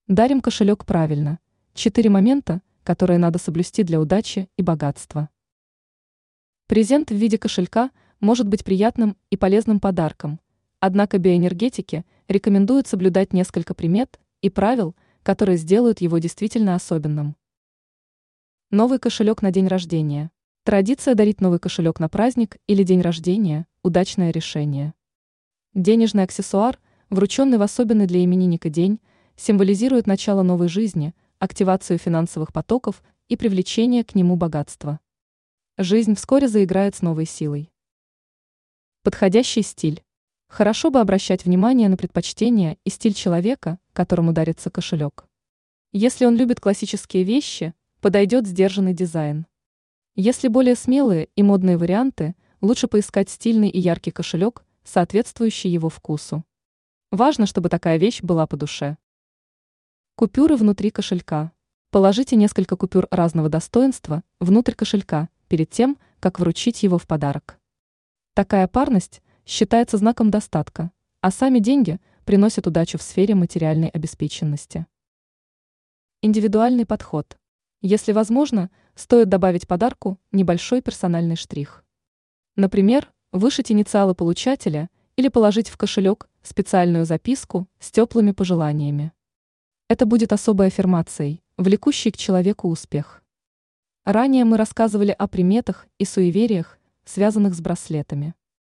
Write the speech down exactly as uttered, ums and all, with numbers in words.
Дарим кошелек правильно. Четыре момента, которые надо соблюсти для удачи и богатства. Презент в виде кошелька может быть приятным и полезным подарком, однако биоэнергетики рекомендуют соблюдать несколько примет и правил, которые сделают его действительно особенным. Новый кошелек на день рождения. Традиция дарить новый кошелек на праздник или день рождения – удачное решение. Денежный аксессуар, врученный в особенный для именинника день, символизирует начало новой жизни, активацию финансовых потоков и привлечение к нему богатства. Жизнь вскоре заиграет с новой силой. Подходящий стиль. Хорошо бы обращать внимание на предпочтения и стиль человека, которому дарится кошелек. Если он любит классические вещи, подойдет сдержанный дизайн. Если более смелые и модные варианты, лучше поискать стильный и яркий кошелек, соответствующий его вкусу. Важно, чтобы такая вещь была по душе. Купюры внутри кошелька. Положите несколько купюр разного достоинства внутрь кошелька перед тем, как вручить его в подарок. Такая парность считается знаком достатка, а сами деньги приносят удачу в сфере материальной обеспеченности. Индивидуальный подход. Если возможно, стоит добавить подарку небольшой персональный штрих. Например, вышить инициалы получателя или положить в кошелек специальную записку с теплыми пожеланиями. Это будет особой аффирмацией, влекущей к человеку успех. Ранее мы рассказывали о приметах и суевериях, связанных с браслетами.